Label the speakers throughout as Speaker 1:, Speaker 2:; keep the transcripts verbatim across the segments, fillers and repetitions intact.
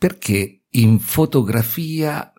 Speaker 1: perché in fotografia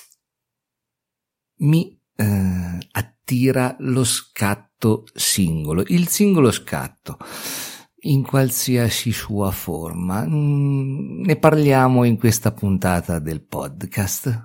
Speaker 1: mi eh, attira lo scatto singolo, il singolo scatto, in qualsiasi sua forma. Mm, ne parliamo in questa puntata del podcast.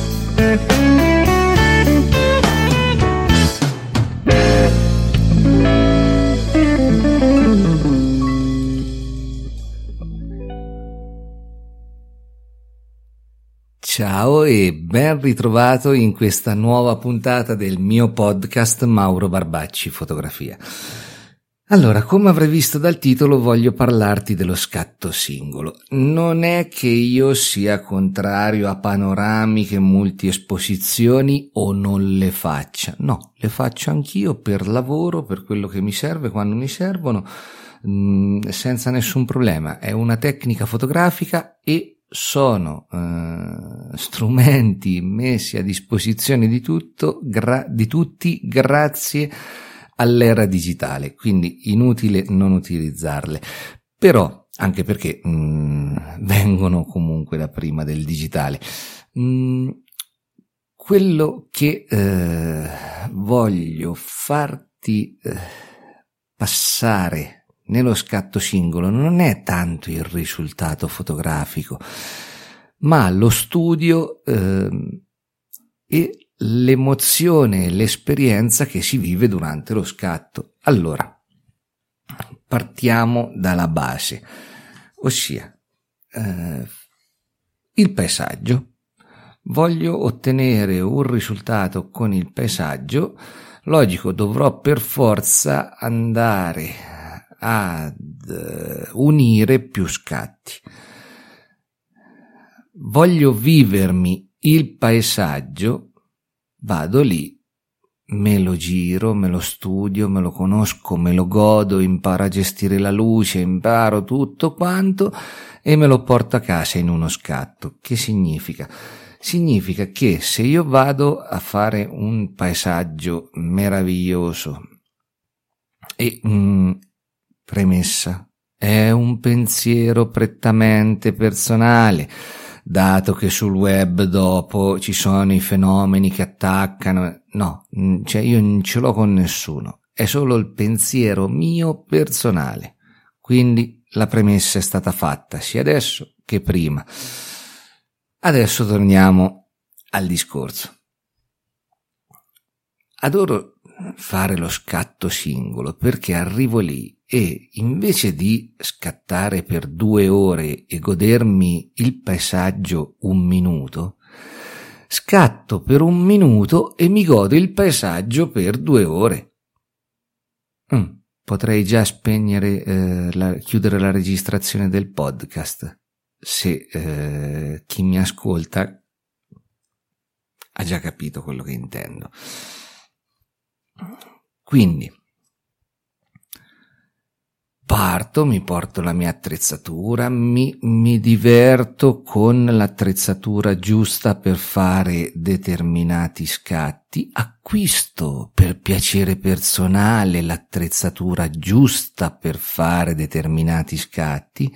Speaker 1: Ciao e ben ritrovato in questa nuova puntata del mio podcast Mauro Barbacci Fotografia. Allora, come avrai visto dal titolo, voglio parlarti dello scatto singolo. Non è che io sia contrario a panoramiche, multiesposizioni o non le faccia. No, le faccio anch'io per lavoro, per quello che mi serve, quando mi servono, mh, senza nessun problema. È una tecnica fotografica e sono eh, strumenti messi a disposizione di tutto, gra- di tutti, grazie all'era digitale, quindi inutile non utilizzarle, però anche perché mh, vengono comunque da prima del digitale. Mh, quello che eh, voglio farti eh, passare nello scatto singolo non è tanto il risultato fotografico, ma lo studio eh, e l'emozione e l'esperienza che si vive durante lo scatto. Allora, partiamo dalla base, ossia eh, il paesaggio. Voglio ottenere un risultato con il paesaggio, logico, dovrò per forza andare ad unire più scatti. Voglio vivermi il paesaggio, vado lì, me lo giro, me lo studio, me lo conosco, me lo godo, imparo a gestire la luce, imparo tutto quanto e me lo porto a casa in uno scatto. Che significa? Significa che se io vado a fare un paesaggio meraviglioso e mm, premessa, è un pensiero prettamente personale, dato che sul web dopo ci sono i fenomeni che attaccano. No, cioè io non ce l'ho con nessuno, è solo il pensiero mio personale, quindi la premessa è stata fatta sia adesso che prima. Adesso torniamo al discorso. Adoro fare lo scatto singolo perché arrivo lì e invece di scattare per due ore e godermi il paesaggio un minuto, scatto per un minuto e mi godo il paesaggio per due ore. Mm, potrei già spegnere, eh, la, chiudere la registrazione del podcast se eh, chi mi ascolta ha già capito quello che intendo. Quindi parto, mi porto la mia attrezzatura, mi, mi diverto con l'attrezzatura giusta per fare determinati scatti, acquisto per piacere personale l'attrezzatura giusta per fare determinati scatti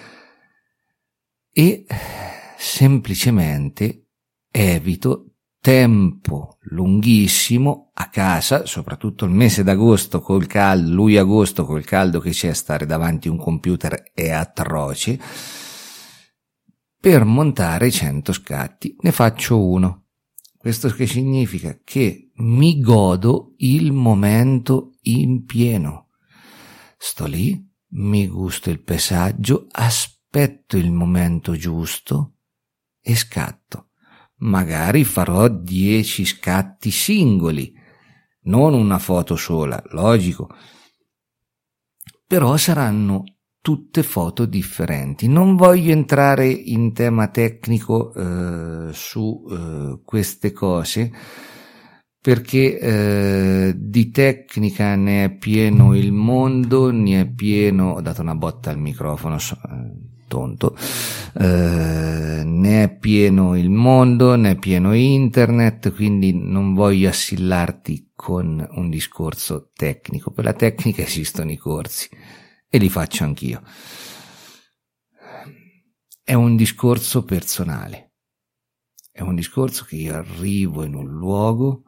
Speaker 1: e semplicemente evito tempo lunghissimo a casa, soprattutto il mese d'agosto col caldo, luglio-agosto col caldo che c'è, stare davanti a un computer è atroce, per montare cento scatti. Ne faccio uno. Questo che significa? Che mi godo il momento in pieno. Sto lì, mi gusto il paesaggio, aspetto il momento giusto e scatto. Magari farò dieci scatti singoli, non una foto sola, logico, però saranno tutte foto differenti. Non voglio entrare in tema tecnico eh, su eh, queste cose, perché eh, di tecnica ne è pieno il mondo, ne è pieno, ho dato una botta al microfono, so, tonto, eh, ne è pieno il mondo, ne è pieno internet, quindi non voglio assillarti con un discorso tecnico. Per la tecnica esistono i corsi e li faccio anch'io. è un discorso personale, è un discorso che io arrivo in un luogo,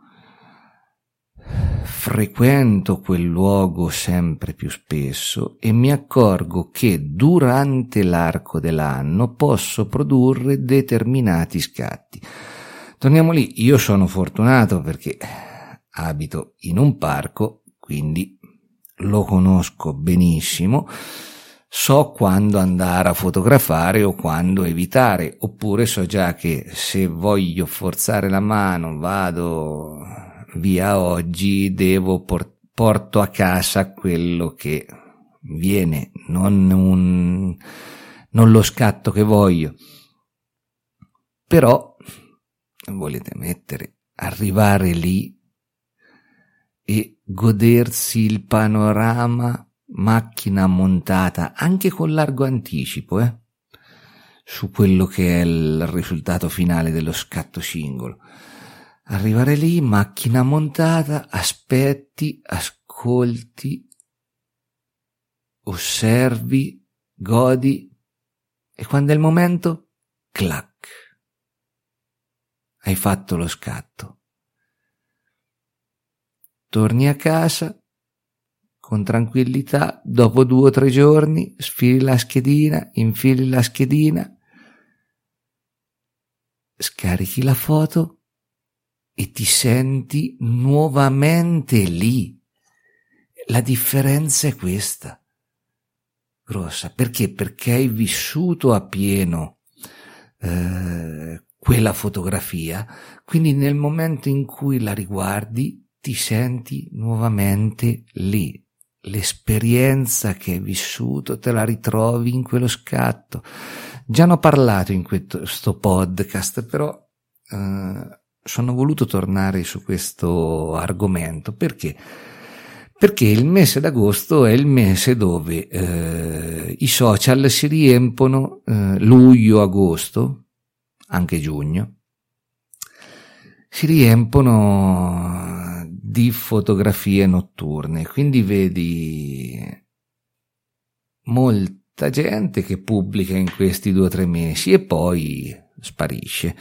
Speaker 1: frequento quel luogo sempre più spesso e mi accorgo che durante l'arco dell'anno posso produrre determinati scatti. Torniamo lì, io sono fortunato perché abito in un parco, quindi lo conosco benissimo, so quando andare a fotografare o quando evitare, oppure so già che se voglio forzare la mano, vado via oggi, devo por- porto a casa quello che viene, non un, non lo scatto che voglio. Però volete mettere, arrivare lì e godersi il panorama, macchina montata anche con largo anticipo, eh, su quello che è il risultato finale dello scatto singolo. Arrivare lì, macchina montata, aspetti, ascolti, osservi, godi e quando è il momento, clac, hai fatto lo scatto. Torni a casa con tranquillità, dopo due o tre giorni sfili la schedina, infili la schedina, scarichi la foto e ti senti nuovamente lì. La differenza è questa, grossa. Perché? Perché hai vissuto appieno eh, quella fotografia, quindi nel momento in cui la riguardi ti senti nuovamente lì. L'esperienza che hai vissuto te la ritrovi in quello scatto. Già ne ho parlato in questo podcast, però eh, sono voluto tornare su questo argomento. Perché? Perché il mese d'agosto è il mese dove eh, i social si riempono, eh, luglio, agosto, anche giugno, si riempono di fotografie notturne, quindi vedi molta gente che pubblica in questi due o tre mesi e poi sparisce.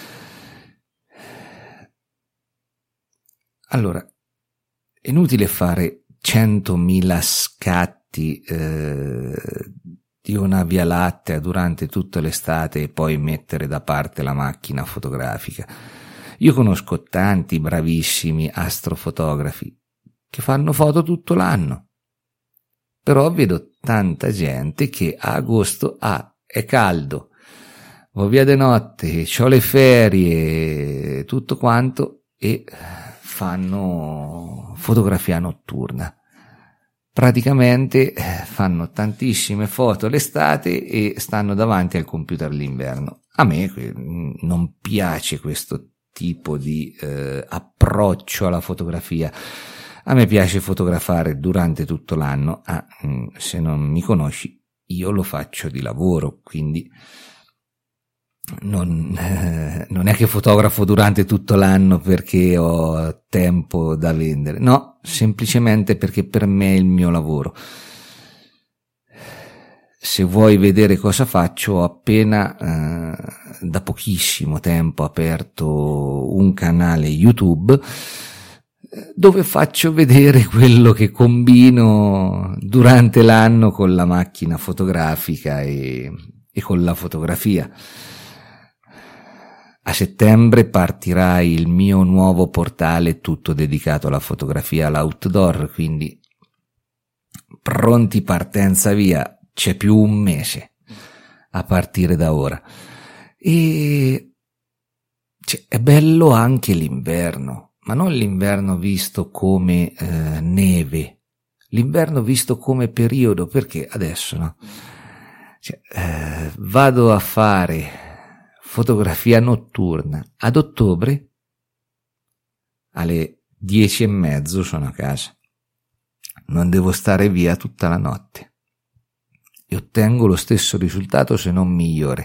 Speaker 1: Allora, è inutile fare centomila scatti eh, di una Via Lattea durante tutta l'estate e poi mettere da parte la macchina fotografica. Io conosco tanti bravissimi astrofotografi che fanno foto tutto l'anno, però vedo tanta gente che a agosto ah, è caldo, vo via de notte, c'ho le ferie, tutto quanto, e fanno fotografia notturna. Praticamente fanno tantissime foto l'estate e stanno davanti al computer l'inverno. A me non piace questo tipo di eh, approccio alla fotografia. A me piace fotografare durante tutto l'anno. Ah, se non mi conosci, io lo faccio di lavoro, quindi non, eh, non è che fotografo durante tutto l'anno perché ho tempo da vendere, no, semplicemente perché per me è il mio lavoro. Se vuoi vedere cosa faccio, ho appena eh, da pochissimo tempo aperto un canale YouTube dove faccio vedere quello che combino durante l'anno con la macchina fotografica e, e con la fotografia. A settembre partirà il mio nuovo portale tutto dedicato alla fotografia all'outdoor, quindi pronti, partenza via. C'è più un mese a partire da ora e cioè, è bello anche l'inverno, ma non l'inverno visto come eh, neve, l'inverno visto come periodo, perché adesso no, cioè, eh, vado a fare fotografia notturna ad ottobre, alle dieci e mezzo sono a casa, non devo stare via tutta la notte e ottengo lo stesso risultato, se non migliore.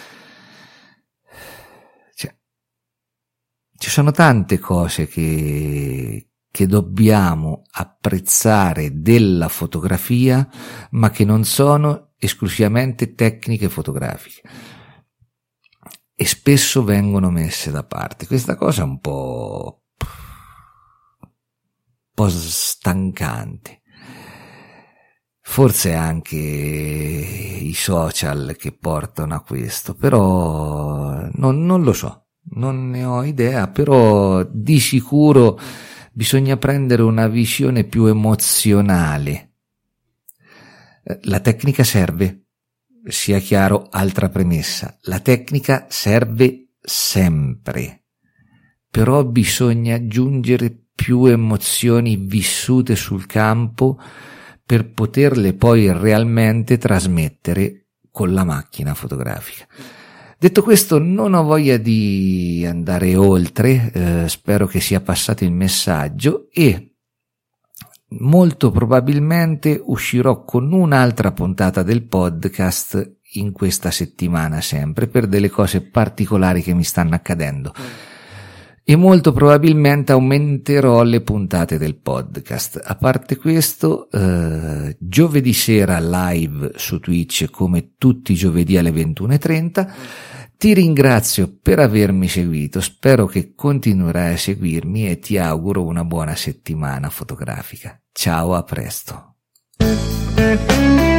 Speaker 1: Cioè, ci sono tante cose che, che dobbiamo apprezzare della fotografia, ma che non sono esclusivamente tecniche fotografiche e spesso vengono messe da parte. Questa cosa è un po', un po' stancante. Forse anche i social che portano a questo, però non, non lo so, non ne ho idea, però di sicuro bisogna prendere una visione più emozionale. La tecnica serve, sia chiaro, altra premessa, la tecnica serve sempre, però bisogna aggiungere più emozioni vissute sul campo per poterle poi realmente trasmettere con la macchina fotografica. Detto questo, non ho voglia di andare oltre, eh, spero che sia passato il messaggio e molto probabilmente uscirò con un'altra puntata del podcast in questa settimana sempre, per delle cose particolari che mi stanno accadendo. E molto probabilmente aumenterò le puntate del podcast. A parte questo, eh, giovedì sera live su Twitch come tutti i giovedì alle ventuno e trenta. Ti ringrazio per avermi seguito, spero che continuerai a seguirmi e ti auguro una buona settimana fotografica. Ciao, a presto.